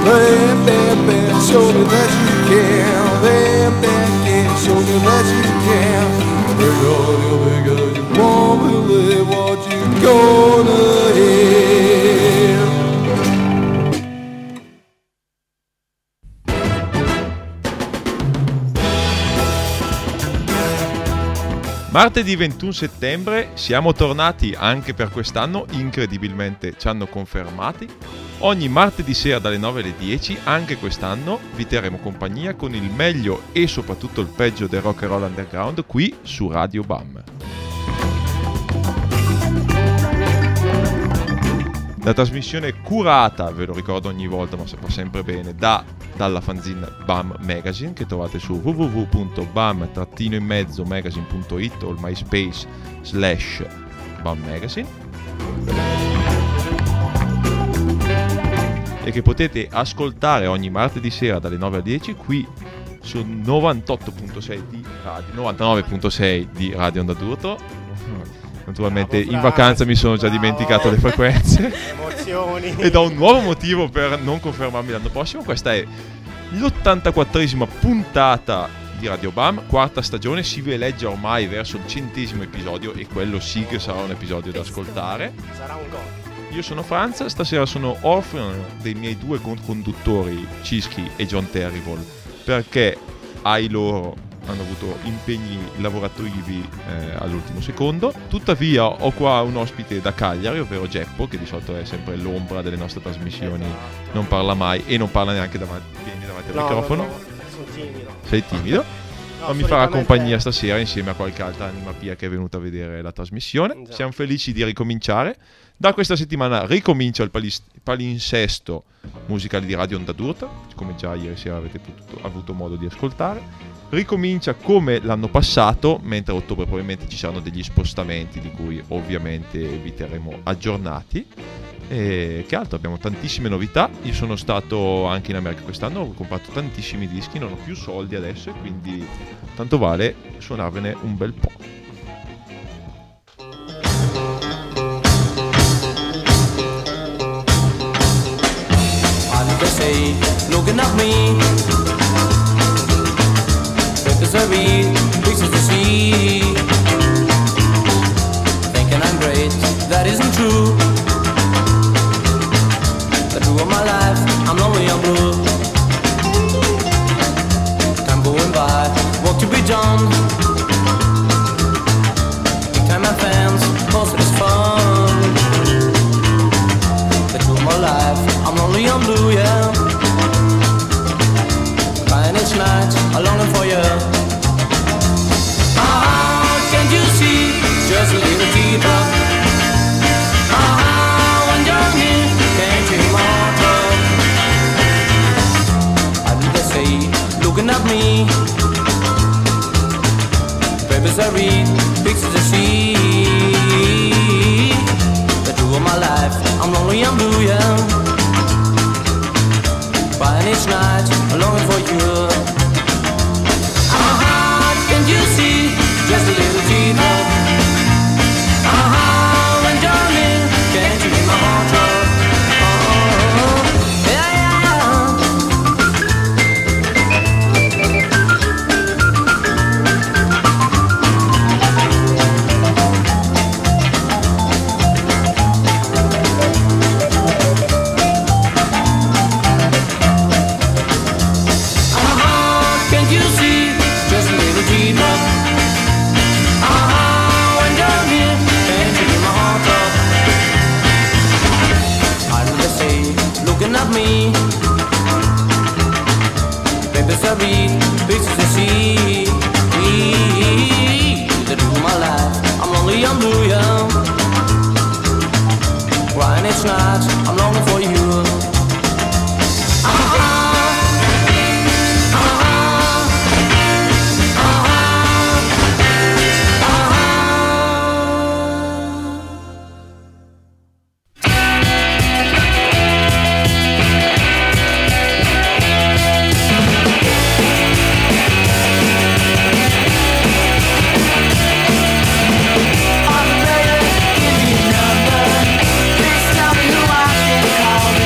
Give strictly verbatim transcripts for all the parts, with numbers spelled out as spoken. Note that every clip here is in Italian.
Bam, bam, bam, show me that you can. Bam, bam, bam, show me that you can. Because you, because you won't believe what you're gonna hear. Martedì ventuno settembre, siamo tornati anche per quest'anno, incredibilmente ci hanno confermati. Ogni martedì sera dalle nove alle dieci, anche quest'anno, vi terremo compagnia con il meglio e soprattutto il peggio del rock and roll underground qui su Radio B A M. La trasmissione curata, ve lo ricordo ogni volta ma fa sempre bene, da, dalla fanzine B A M Magazine che trovate su w w w punto bam trattino in mezzo magazine punto it o il MySpace slash B A M Magazine, e che potete ascoltare ogni martedì sera dalle nove alle dieci qui su novantotto virgola sei di radio, novantanove virgola sei di Radio Onda d'Urto. Naturalmente bravo, in vacanza mi sono già bravo. dimenticato le frequenze. Emozioni. Ed ho un nuovo motivo per non confermarmi l'anno prossimo. Questa è l'ottantaquattresima puntata di Radio B A M, quarta stagione, si veleggia ormai verso il centesimo episodio e quello sì che sarà un episodio da ascoltare. Sarà un gol. Io sono Franz, stasera sono orfano dei miei due conduttori, Cischi e John Terrible, perché ai loro hanno avuto impegni lavorativi eh, all'ultimo secondo. Tuttavia ho qua un ospite da Cagliari, ovvero Geppo, che di solito è sempre l'ombra delle nostre trasmissioni, esatto. Non parla mai e non parla neanche davanti, davanti al no, microfono. No, no, sono timido. Sei timido? No, ma mi farà compagnia stasera insieme a qualche altra anima pia che è venuta a vedere la trasmissione. Esatto. Siamo felici di ricominciare. Da questa settimana ricomincia il palis- palinsesto musicale di Radio Onda d'Urto, come già ieri sera avete potuto, avuto modo di ascoltare. Ricomincia come l'anno passato, mentre a ottobre probabilmente ci saranno degli spostamenti di cui ovviamente vi terremo aggiornati. E che altro, abbiamo tantissime novità. Io sono stato anche in America quest'anno, ho comprato tantissimi dischi, non ho più soldi adesso e quindi tanto vale suonarvene un bel po'. Say, looking at me, because I read pictures to see, thinking I'm great, that isn't true. The true of my life, I'm lonely, I'm blue. Time going by, work to be done. Big time my fans, cause it's fun. The true of my life, I'm lonely, I'm blue, yeah. Crying each night, I'm longing for you. Ah, can't you see, just a little deeper. Ah, when you're near, can't you more? I do they say, looking at me. Papers I read, pictures I see. The truth of my life, I'm lonely, I'm blue, yeah. Crying each night, I'm longing for you. Ah, can't you see, just a little deeper. Ah, when you're near, can't you hear my heart drop? Oh, yeah, yeah, at me. Papers I read, pictures I see. The truth of my life, I'm lonely, I'm blue, yeah. Crying each night, I'm longing for you. Please tell me who I should call.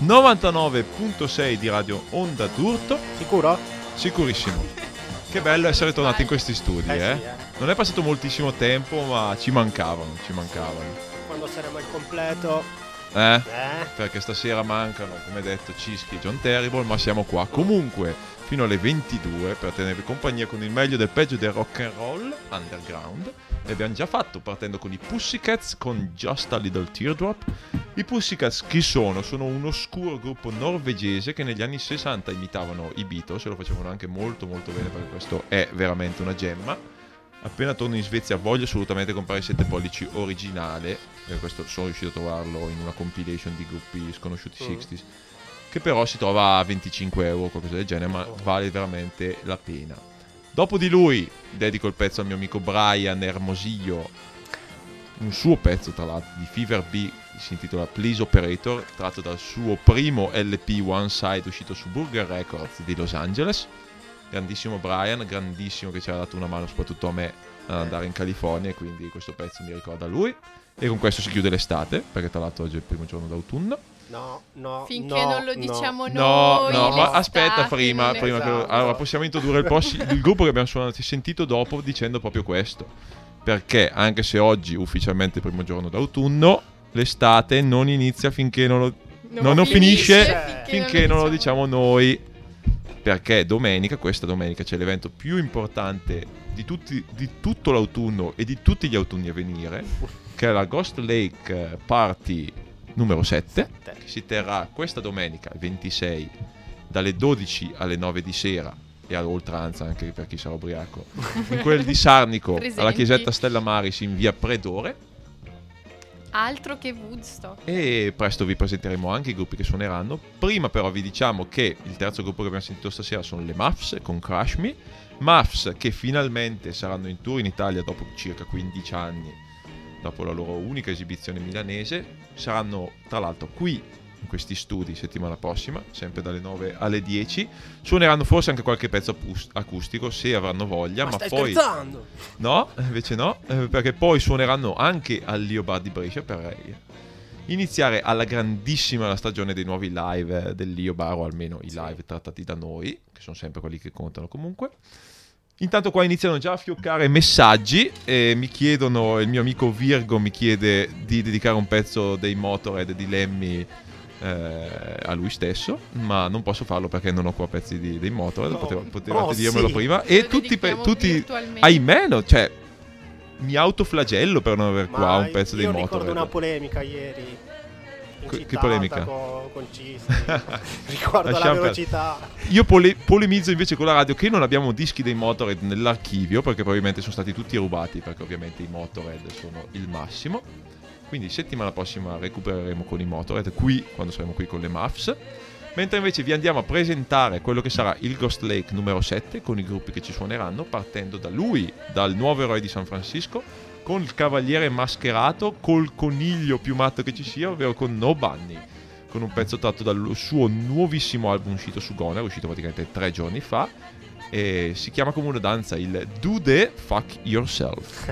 novantanove virgola sei di Radio Onda d'Urto. Sicuro? Sicurissimo. Che bello essere tornati in questi studi, Eh eh. sì, eh. Non è passato moltissimo tempo, ma ci mancavano, ci mancavano. Quando saremo al completo. Eh? Eh? Perché stasera mancano, come detto, Cischi e John Terrible, ma siamo qua comunque fino alle ventidue per tenervi compagnia con il meglio del peggio del rock and roll underground. E abbiamo già fatto partendo con i Pussycats con Just a Little Teardrop. I Pussycats chi sono? Sono un oscuro gruppo norvegese che negli anni sessanta imitavano i Beatles e lo facevano anche molto molto bene, perché questo è veramente una gemma. Appena torno in Svezia voglio assolutamente comprare il sette pollici originale, e questo sono riuscito a trovarlo in una compilation di gruppi sconosciuti Mm. sessanta, che però si trova a venticinque euro o qualcosa del genere, ma vale veramente la pena. Dopo di lui dedico il pezzo al mio amico Brian Hermosillo, un suo pezzo tra l'altro di Fever Bee, si intitola Please Operator, tratto dal suo primo L P One Side uscito su Burger Records di Los Angeles. Grandissimo Brian, grandissimo, che ci ha dato una mano soprattutto a me ad andare in California, e quindi questo pezzo mi ricorda lui. E con questo si chiude l'estate, perché tra l'altro oggi è il primo giorno d'autunno. No, no, Finché no, non lo no. diciamo No, noi. no, ma l'estate, aspetta prima, non è- prima che lo- Esatto. allora possiamo introdurre il, possi- il gruppo che abbiamo suonato, sentito dopo, dicendo proprio questo. Perché anche se oggi ufficialmente è il primo giorno d'autunno, l'estate non inizia finché non lo, non non finisce finché finché non lo diciamo noi. Perché domenica, questa domenica, c'è l'evento più importante di, tutti, di tutto l'autunno e di tutti gli autunni a venire, che è la Ghost Lake Party numero sette, che si terrà questa domenica, il ventisei, dalle dodici alle nove di sera, e a oltranza anche per chi sarà ubriaco, in quel di Sarnico, Presenti. alla chiesetta Stella Maris in via Predore. Altro che Woodstock. E presto vi presenteremo anche i gruppi che suoneranno. Prima però vi diciamo che il terzo gruppo che abbiamo sentito stasera sono le Muffs con Crush Me. Muffs che finalmente saranno in tour in Italia dopo circa quindici anni, dopo la loro unica esibizione milanese. Saranno tra l'altro qui in questi studi settimana prossima, sempre dalle nove alle dieci. Suoneranno forse anche qualche pezzo apus- acustico se avranno voglia, Ma ma, stai poi scherzando? no, invece no, eh, perché poi suoneranno anche al Lio Bar di Brescia per iniziare alla grandissima la stagione dei nuovi live eh, del Lio Bar, o almeno i live trattati da noi, che sono sempre quelli che contano comunque. Intanto qua iniziano già a fioccare messaggi e mi chiedono, il mio amico Virgo mi chiede di dedicare un pezzo dei Motorhead di Lemmy eh, a lui stesso, ma non posso farlo perché non ho qua pezzi di, dei Motorhead, No. Poteva- potevate Oh, dirmelo sì. prima. Lo E tutti, pe- dedichiamo tutti virtualmente. ahimè, no, cioè mi autoflagello per non aver Ma qua un pezzo dei io ricordo Motorhead. una polemica ieri. Che incitata polemica? Con, con Cisti. Ricordo Lasciamo la per- velocità. Io pole- polemizzo invece con la radio che non abbiamo dischi dei Motorhead nell'archivio, perché probabilmente sono stati tutti rubati, perché ovviamente i Motorhead sono il massimo. Quindi settimana prossima recupereremo con i Motorhead qui, quando saremo qui con le Muffs. Mentre invece vi andiamo a presentare quello che sarà il Ghost Lake numero sette, con i gruppi che ci suoneranno, partendo da lui, dal nuovo eroe di San Francisco, con il cavaliere mascherato, col coniglio più matto che ci sia, ovvero con No Bunny, con un pezzo tratto dal suo nuovissimo album uscito su Goner, uscito praticamente tre giorni fa, e si chiama come una danza il Do The Fuck Yourself.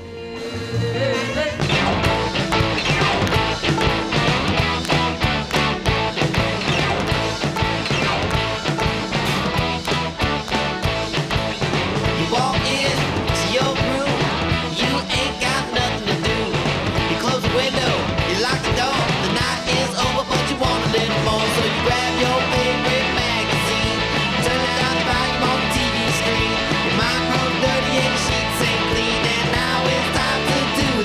You walk in to your room, you ain't got nothing to do. You close the window, you lock the door. The night is over, but you want a little more, so you grab your favorite magazine, turn it down the volume on the T V screen. Your mind grows dirty and the sheets ain't clean, and now it's time to do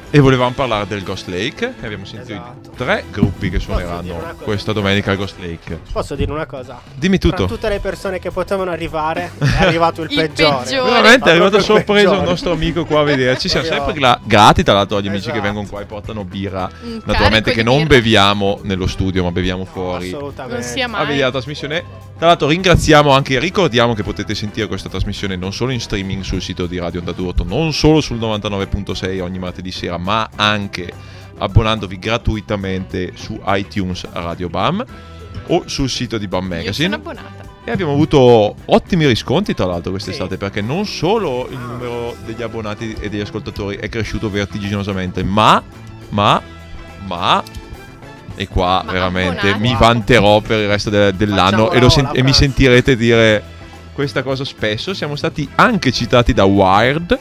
E volevamo parlare del Ghost Lake e abbiamo sentito Esatto. i tre gruppi che dire una suoneranno cosa? questa domenica al Ghost Lake. Posso dire una cosa? Dimmi Tra tutto. tutte le persone che potevano arrivare è arrivato il, Il peggiore. peggiore. Veramente è Ma arrivato proprio il sorpreso il peggiore. nostro amico qua a vederci. Siamo Io- sempre gra- grati tra l'altro agli amici Esatto. che vengono qua e portano birra. Un Naturalmente carico che di non birra. beviamo nello studio, ma beviamo fuori. Assolutamente. Non sia A mai. vedere la trasmissione. Tra l'altro ringraziamo anche, ricordiamo che potete sentire questa trasmissione non solo in streaming sul sito di Radio Onda d'Urto, non solo sul novantanove virgola sei ogni martedì sera, ma anche abbonandovi gratuitamente su iTunes Radio Bam o sul sito di Bam Io sono Magazine. abbonata. E abbiamo avuto ottimi riscontri tra l'altro quest'estate, Sì. perché non solo il numero degli abbonati e degli ascoltatori è cresciuto vertiginosamente, ma, ma, ma, e qua Ma veramente abbonati? mi vanterò per il resto de- dell'anno Facciamo e, lo sen- la e mi frase. sentirete dire questa cosa spesso. Siamo stati anche citati da Wired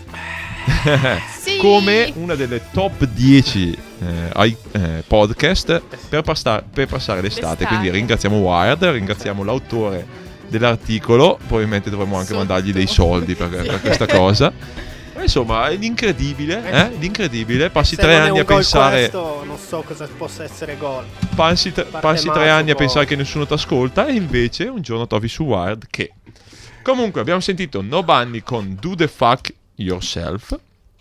Sì. come una delle top dieci eh, ai- eh, podcast per, passa- per passare l'estate. L'estate. Quindi ringraziamo Wired, ringraziamo l'autore dell'articolo. Probabilmente dovremmo anche Sotto. mandargli dei soldi per, Sì. per questa cosa. Ma insomma, è l'incredibile, eh? L'incredibile. Passi Se tre non è anni un a gol pensare. questo, non so cosa possa essere gol. Passi, tre- Parte passi tre male, anni a un po'. pensare che nessuno ti ascolta, e invece un giorno trovi su Wired che. Comunque, abbiamo sentito No Bunny con Do the Fuck Yourself,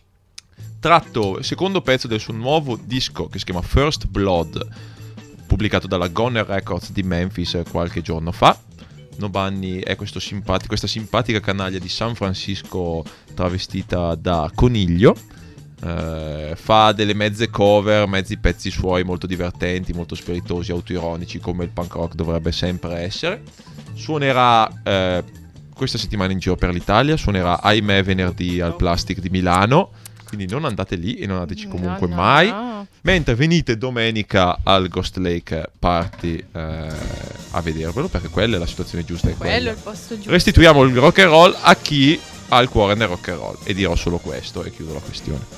tratto secondo pezzo del suo nuovo disco che si chiama First Blood, pubblicato dalla Goner Records di Memphis qualche giorno fa. No Bunny è questo simpati- questa simpatica canaglia di San Francisco travestita da coniglio. Eh, fa delle mezze cover, mezzi pezzi suoi molto divertenti, molto spiritosi, autoironici, come il punk rock dovrebbe sempre essere. Suonerà eh, questa settimana in giro per l'Italia, suonerà ahimè venerdì al Plastic di Milano, quindi non andate lì e non andateci comunque No, no, mai. no. Mentre venite domenica al Ghost Lake Party eh, a vedervelo, perché quella è la situazione giusta. È Quello quella. è il posto giusto. Restituiamo il rock and roll a chi ha il cuore nel rock and roll, e dirò solo questo e chiudo la questione.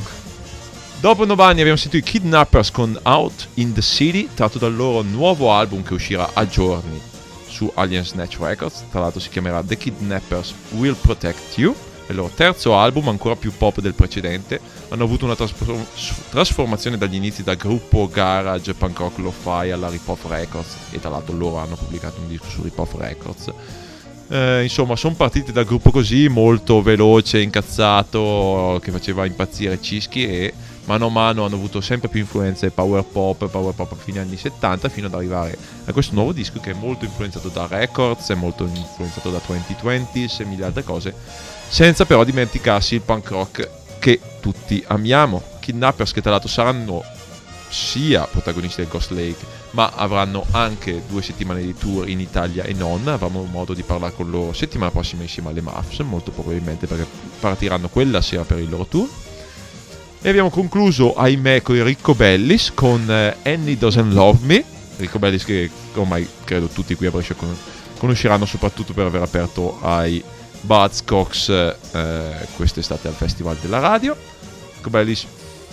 Dopo No Bunny abbiamo sentito i Kidnappers con Out in the City, tratto dal loro nuovo album che uscirà a giorni su Alien Snatch Records. Tra l'altro si chiamerà The Kidnappers Will Protect You. È il loro terzo album, ancora più pop del precedente. Hanno avuto una trasform- trasformazione dagli inizi da gruppo garage punk rock lo-fi alla Ripoff Records, e tra l'altro loro hanno pubblicato un disco su Ripoff Records. Eh, insomma, sono partiti dal gruppo così, molto veloce, incazzato, che faceva impazzire Cischi, e mano a mano hanno avuto sempre più influenze power pop, power pop a fine anni settanta, fino ad arrivare a questo nuovo disco che è molto influenzato da Records, è molto influenzato da duemilaventi e mille altre cose, senza però dimenticarsi il punk rock che tutti amiamo. Kidnappers, che tra l'altro saranno sia protagonisti del Ghost Lake, ma avranno anche due settimane di tour in Italia e non. Avremo modo di parlare con loro settimana prossima insieme alle Muffs, molto probabilmente, perché partiranno quella sera per il loro tour. E abbiamo concluso, ahimè, con i Ricco Bellis con eh, Annie Doesn't Love Me. Ricco Bellis che ormai credo tutti qui a Brescia con- conosceranno, soprattutto per aver aperto ai Buzzcocks eh, quest'estate al Festival della Radio. Ricco Bellis,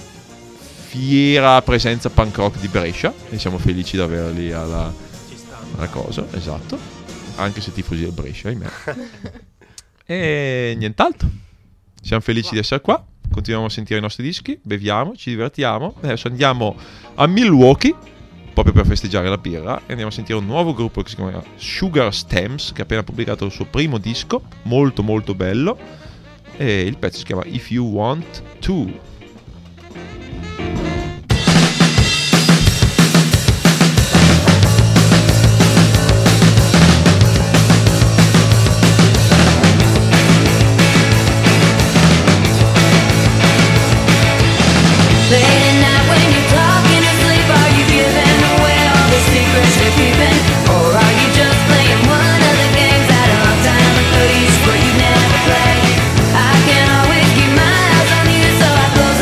fiera presenza punk rock di Brescia, e siamo felici di averli alla, Ci sta. alla cosa, esatto, anche se tifosi del Brescia, ahimè. E nient'altro, siamo felici di essere qua, continuiamo a sentire i nostri dischi, beviamo, ci divertiamo. Adesso andiamo a Milwaukee proprio per festeggiare la birra, e andiamo a sentire un nuovo gruppo che si chiama Sugar Stems, che ha appena pubblicato il suo primo disco, molto molto bello, e il pezzo si chiama If You Want To. Late at night when you're talking asleep, are you giving away all the secrets you're keeping? Or are you just playing one of the games that a long time ago you swore you'd never play? I can always keep my eyes on you, so I close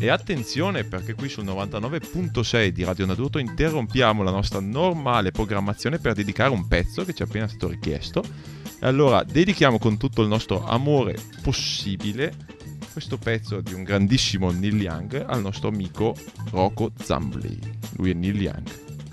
E attenzione, perché qui sul novantanove virgola sei di Radio Naduto interrompiamo la nostra normale programmazione per dedicare un pezzo che ci è appena stato richiesto. E allora dedichiamo con tutto il nostro amore possibile questo pezzo di un grandissimo Neil Young al nostro amico Rocco Zambli. Lui è Neil Young.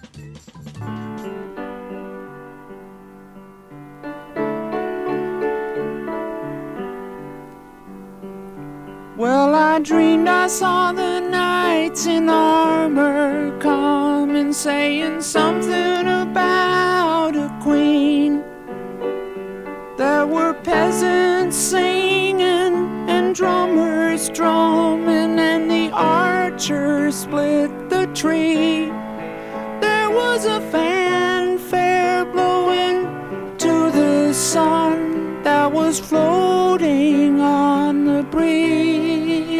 Well, I dreamed I saw the knights in armor coming, saying something about a queen. There were peasants singing and drummers drumming, and the archers split the tree. There was a fanfare blowing to the sun that was floating on the breeze.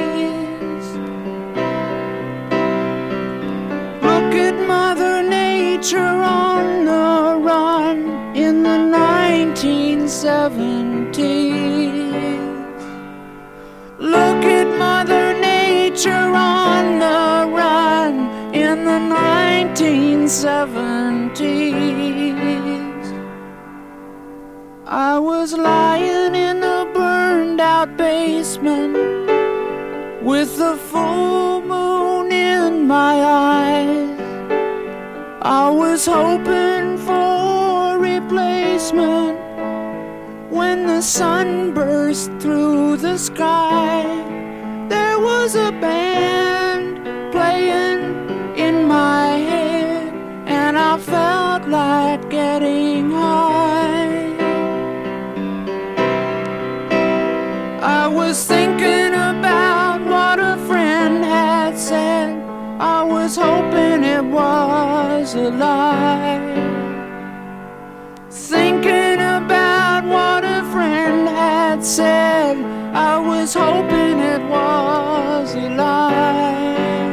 Look at Mother Nature on the run in the nineteen seventies. Look at Mother Nature on the run in the nineteen seventies. I was lying in a burned out basement with the full moon in my eyes. I was hoping for replacement when the sun burst through the sky. There was a band playing in my head, and I felt like getting high. I was thinking about what a friend had said. I was hoping it was a lie. Thinking about what a friend had said, I was hoping it was a lie.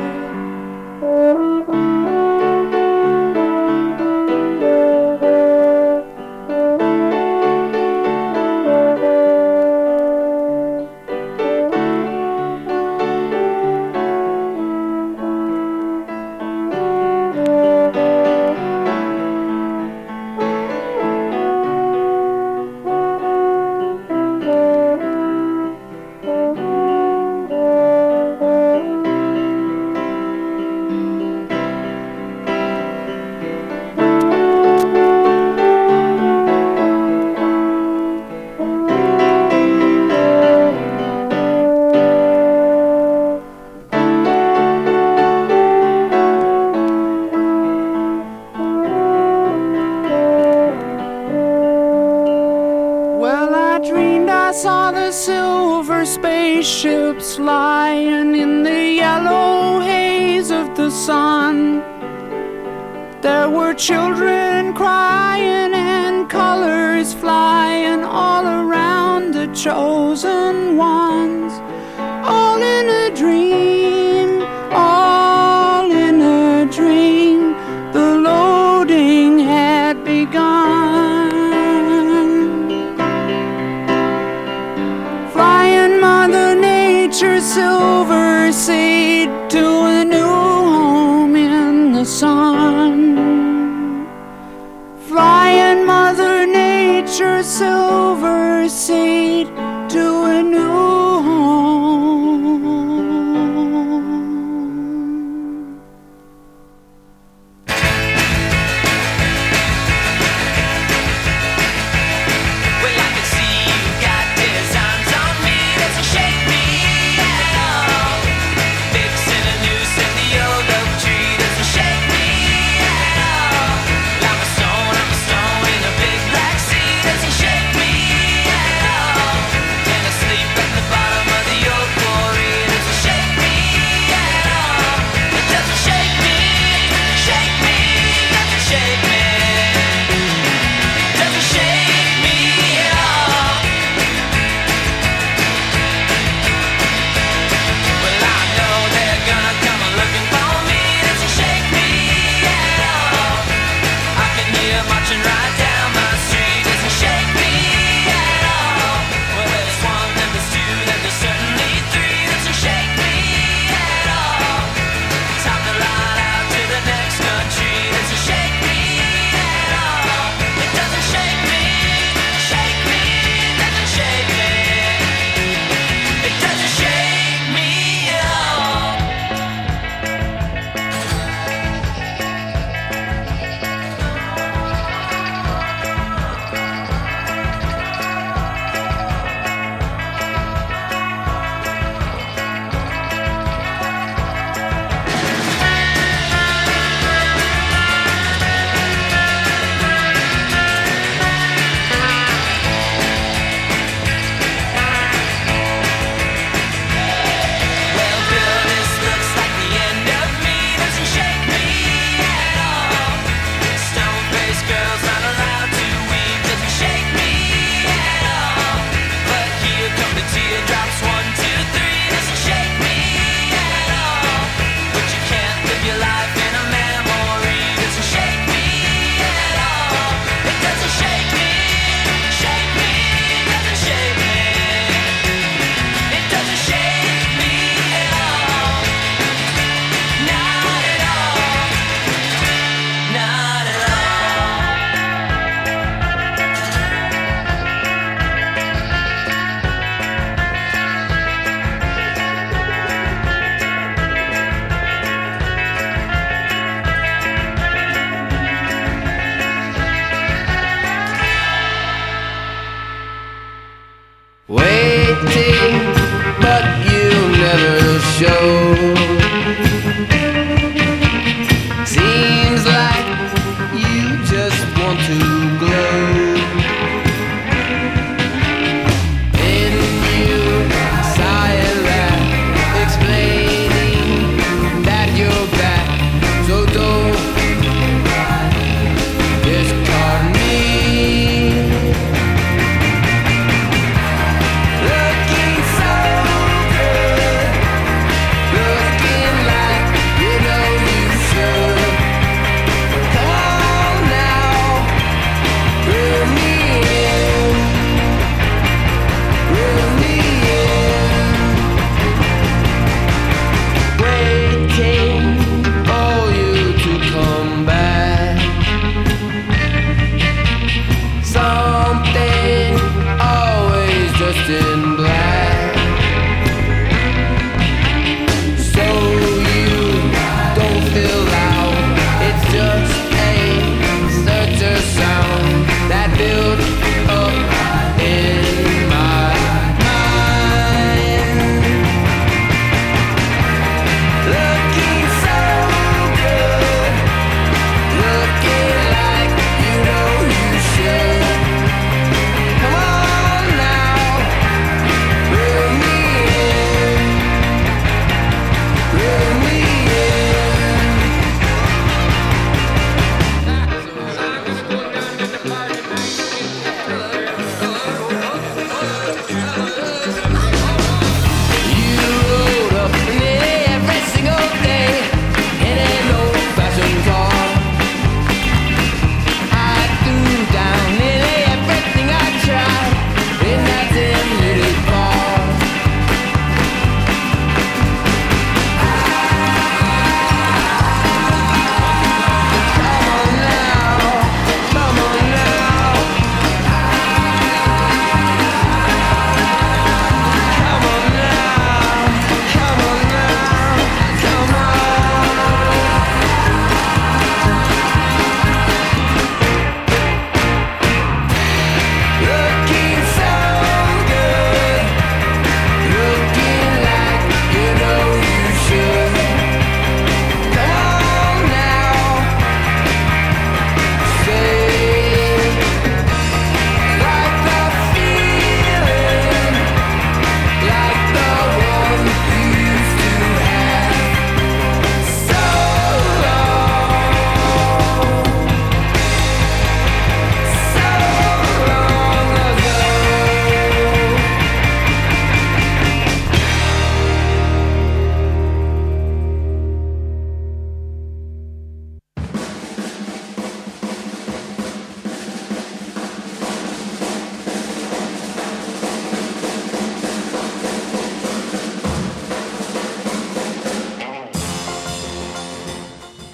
Spaceships lying in the yellow haze of the sun. There were children crying and colors flying all around the chosen ones. All in a dream, all in a dream. The loading had begun. Mother Nature's silver seed to a new home in the sun. Flying Mother Nature's silver seed to a new home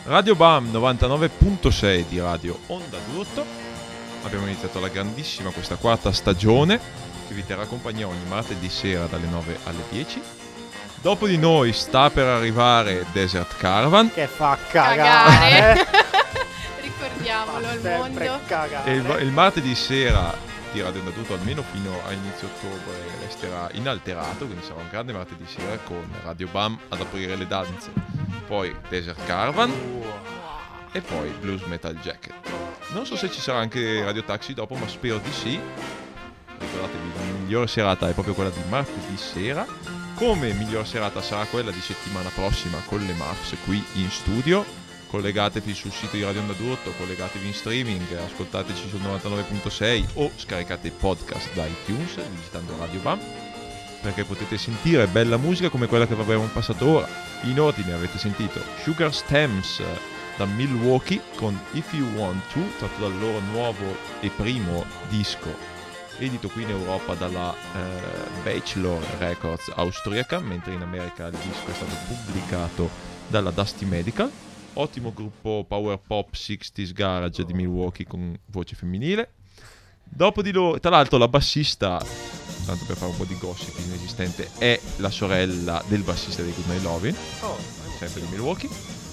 Radio Bam novantanove virgola sei di Radio Onda d'Urto. Abbiamo iniziato la grandissima questa quarta stagione che vi terrà compagnia ogni martedì sera dalle nove alle dieci. Dopo di noi sta per arrivare Desert Caravan Che fa cagare, Cagare. Ricordiamolo al sempre mondo. cagare. e il, il martedì sera di Radio Onda d'Urto almeno fino a inizio ottobre resterà inalterato, quindi sarà un grande martedì sera con Radio Bam ad aprire le danze, poi Desert Caravan e poi Blues Metal Jacket. Non so se ci sarà anche Radio Taxi dopo, ma spero di sì. Ricordatevi, la migliore serata è proprio quella di martedì sera. Come miglior serata sarà quella di settimana prossima con le Muffs qui in studio. Collegatevi sul sito di Radio Onda d'Urto, collegatevi in streaming, ascoltateci sul novantanove virgola sei o scaricate il podcast da iTunes digitando Radio Bam, perché potete sentire bella musica come quella che abbiamo passato ora. In ordine avete sentito Sugar Stems da Milwaukee con If You Want To, tratto dal loro nuovo e primo disco edito qui in Europa dalla eh, Bachelor Records austriaca, mentre in America il disco è stato pubblicato dalla Dusty Medical. Ottimo gruppo power pop sessanta garage di Milwaukee con voce femminile. Dopo di loro, tra l'altro, la bassista, tanto per fare un po' di gossip inesistente, è la sorella del bassista dei Goodnight Lovin', Oh, sempre di Milwaukee.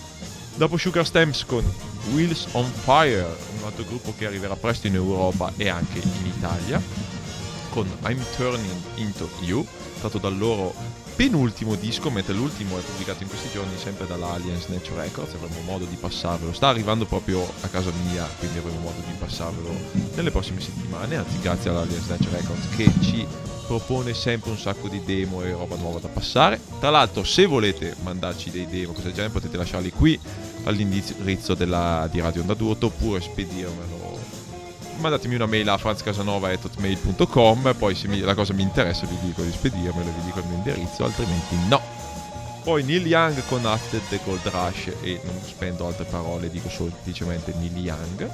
Dopo Sugar Stems con Wheels on Fire, un altro gruppo che arriverà presto in Europa e anche in Italia, con I'm Turning Into You, tratto dal loro penultimo disco, mentre l'ultimo è pubblicato in questi giorni sempre dalla Alien Snatch Records. Avremo modo di passarvelo, sta arrivando proprio a casa mia, quindi avremo modo di passarvelo nelle prossime settimane, anzi grazie alla Alien Snatch Records che ci propone sempre un sacco di demo e roba nuova da passare. Tra l'altro, se volete mandarci dei demo, cose del genere, potete lasciarli qui all'indirizzo della, di Radio Onda d'Urto, oppure spedirmelo. Mandatemi una mail a franzcasanova chiocciola hotmail punto com, poi se mi, la cosa mi interessa vi dico di spedirmelo, vi dico il mio indirizzo, altrimenti no. Poi Neil Young con After the Gold Rush, e non spendo altre parole, dico semplicemente Neil Young.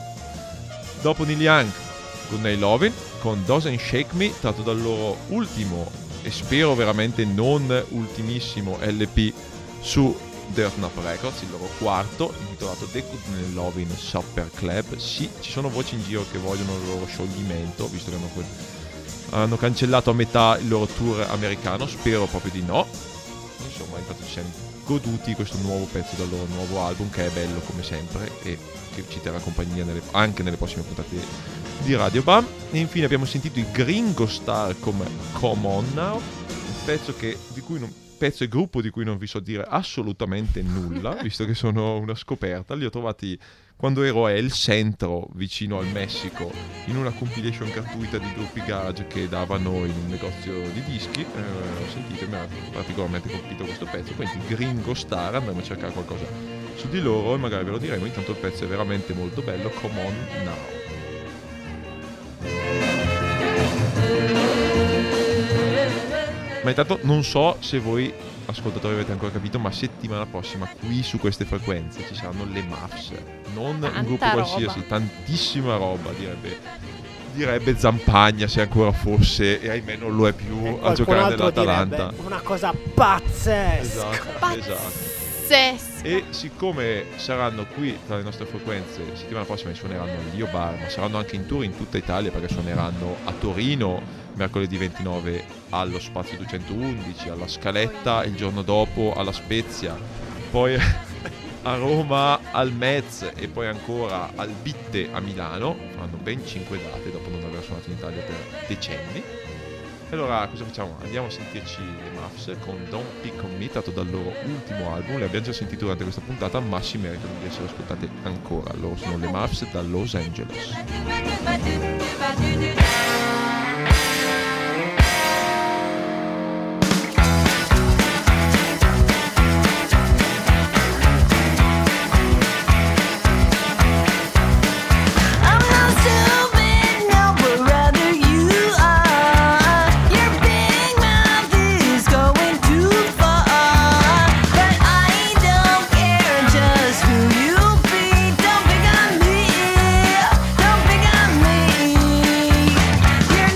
Dopo Neil Young, Goodnight Lovin' con Doesn't Shake Me, tratto dal loro ultimo e spero veramente non ultimissimo L P su Dirt Nap Records, il loro quarto, intitolato The Goodnight Lovin' Supper Club. Sì, ci sono voci in giro che vogliono il loro scioglimento, visto che hanno, que- hanno cancellato a metà il loro tour americano, spero proprio di no. Insomma, infatti ci siamo goduti questo nuovo pezzo dal loro nuovo album, che è bello come sempre e che ci terrà compagnia nelle, anche nelle prossime puntate di Radio Bam. E infine abbiamo sentito i Gringo Star come Come On Now, un pezzo che di cui non pezzo e gruppo di cui non vi so dire assolutamente nulla, visto che sono una scoperta. Li ho trovati quando ero a El Centro, vicino al Messico, in una compilation gratuita di gruppi garage che davano in un negozio di dischi. Eh, ho sentito, mi ha particolarmente colpito questo pezzo, quindi Gringo Star, andremo a cercare qualcosa su di loro e magari ve lo diremo. Intanto il pezzo è veramente molto bello, Come On Now. Ma intanto non so se voi ascoltatori avete ancora capito, ma settimana prossima qui su queste frequenze ci saranno le Muffs, non Tanta un gruppo roba. qualsiasi, tantissima roba, direbbe direbbe Zampagna se ancora fosse, e ahimè non lo è più E a qualcun giocare altro nell'Atalanta. direbbe una cosa pazzesca. Esatto, esatto. Pazzesco. E siccome saranno qui tra le nostre frequenze, settimana prossima suoneranno all'Io Bar, ma saranno anche in tour in tutta Italia, perché suoneranno a Torino mercoledì ventinove allo Spazio duecentoundici, alla Scaletta il giorno dopo alla Spezia, poi a Roma al Metz e poi ancora al Bitte a Milano. Faranno ben cinque date dopo non aver suonato in Italia per decenni. E allora cosa facciamo? Andiamo a sentirci le Muffs con Don't Pick On Me, tratto dal loro ultimo album. Le abbiamo già sentite durante questa puntata, ma si meritano di essere ascoltate ancora. Loro sono le Muffs da Los Angeles. I'm not stupid, no, but rather you are. Your big mouth is going too far, but I don't care just who you be. Don't pick on me, don't pick on me. You're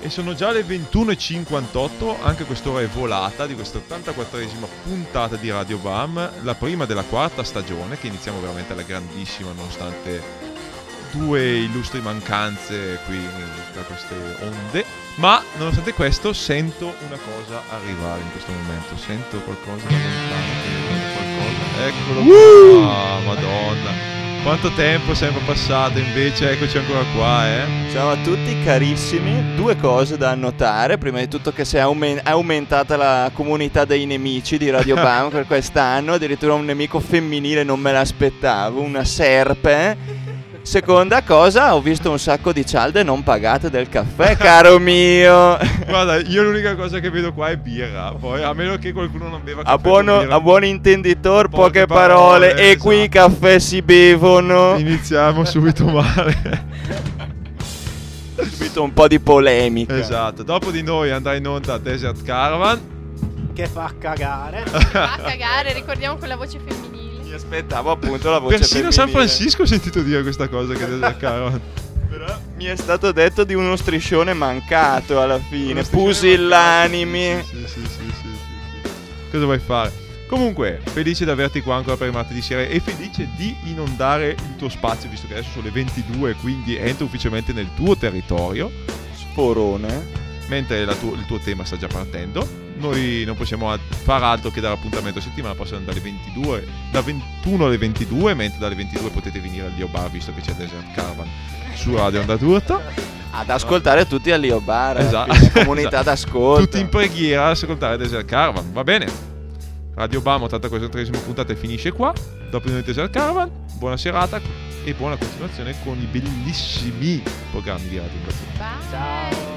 E sono già le ventuno e cinquantotto, anche quest'ora è volata di questa ottantaquattresima puntata di Radio Bam, la prima della quarta stagione, che iniziamo veramente alla grandissima nonostante due illustri mancanze qui da queste onde. Ma nonostante questo sento una cosa arrivare in questo momento, sento qualcosa da lontano, qualcosa. Eccolo qua, madonna. Quanto tempo è sempre passato, invece eccoci ancora qua, eh. Ciao a tutti carissimi, due cose da annotare. Prima di tutto che si è aumen- aumentata la comunità dei nemici di Radio Bam per quest'anno, addirittura un nemico femminile non me l'aspettavo, una serpe. Seconda cosa, ho visto un sacco di cialde non pagate del caffè, caro mio. Guarda, io l'unica cosa che vedo qua è birra, poi a meno che qualcuno non beva caffè. A, buono, birra, a buon intenditor, poche, poche parole, parole, e qui i esatto. caffè si bevono. Iniziamo subito male. Subito un po' di polemica. Esatto, dopo di noi andrà in onda Desert Caravan. Che fa cagare. Fa cagare, ricordiamo con la voce femminile. Mi aspettavo appunto la voce Persino a femminile. San Francisco ho sentito dire questa cosa che Desert Caravan. Però mi è stato detto di uno striscione mancato alla fine, Uno striscione pusillanimi. mancato. Sì, sì, sì, sì, sì, sì. Cosa vuoi fare? Comunque, felice di averti qua ancora per il martedì sera e felice di inondare il tuo spazio, visto che adesso sono le ventidue, quindi entro ufficialmente nel tuo territorio. Sporone. Mentre la tu- il tuo tema sta già partendo, noi non possiamo a- far altro che dare appuntamento settimana prossima dalle ventidue, da ventuno alle ventidue, mentre dalle ventidue potete venire al Lio Bar, visto che c'è Desert Caravan su Radio Onda Turta. Ad ascoltare tutti al Lio Bar, Esatto. la comunità Esatto. d'ascolto. Tutti in preghiera ad ascoltare Desert Caravan, va bene? Radio Bam, ottantaquattresima puntata e finisce qua. Dopo di noi Desert Caravan, buona serata e buona continuazione con i bellissimi programmi di Radio Onda Turta. Bye. Ciao.